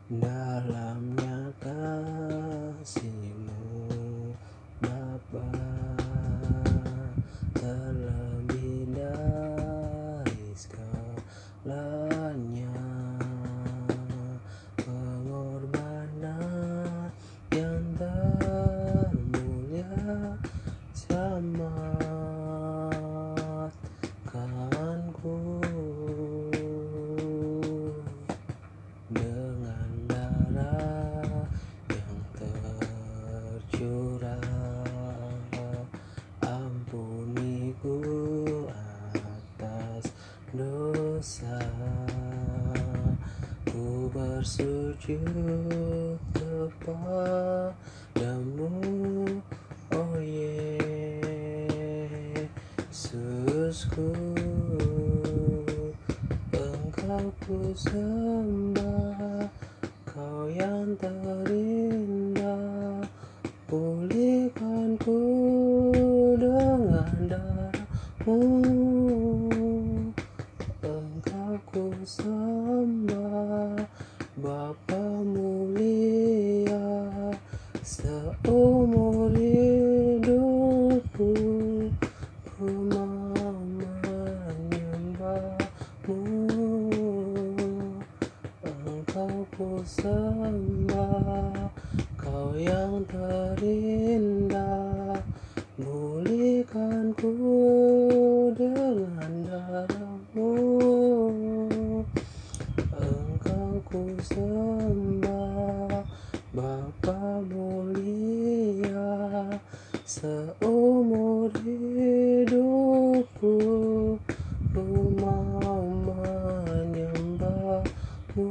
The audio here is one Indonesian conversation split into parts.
Dalamnya kasih-Mu Bapa, terlebih dari segalanya, pengorbanan yang termulia selamatkanku. Dengan darah yang tercurah, ampuniku atas dosa. Ku bersujud kepadamu, oh Yesusku. Engkau ku sembah, Kau yang terindah. Pulihkanku dengan darah-Mu. Engkau ku sembah, Bapa mulia. Seumur hidupku ku mau menyembah-Mu. Engkau ku sembah, Kau yang terindah. Pulihkanku dengan darah-Mu. Engkau ku sembah, Bapa mulia. Seumur hidupku ku mau menyembah-Mu.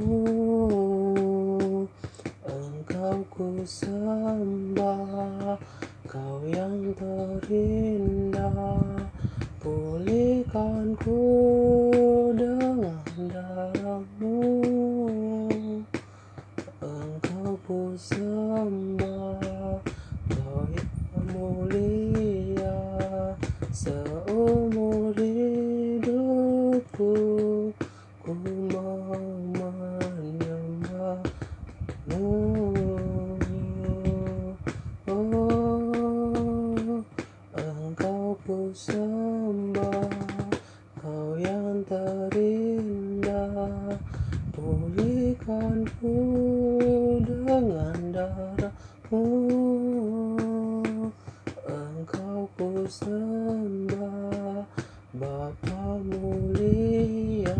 Engkau ku sembah, Kau yang terindah. Pulihkanku dengan darah-Mu. Engkau ku sembah, Kau yang mulia. Seumur hidupku ku mau menyembah-Mu. Engkau ku sembah, Kau yang terindah. Pulihkanku dengan darah-Mu. Engkau ku sembah, Bapa mulia.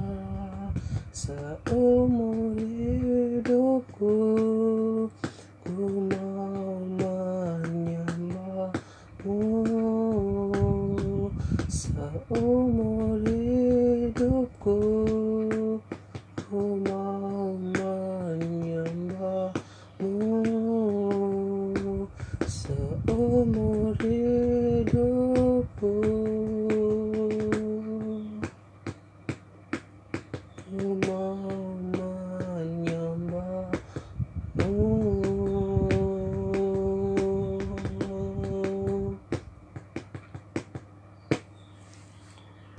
Seumur hidupku ku mau menyembah-Mu. Seumur hidupku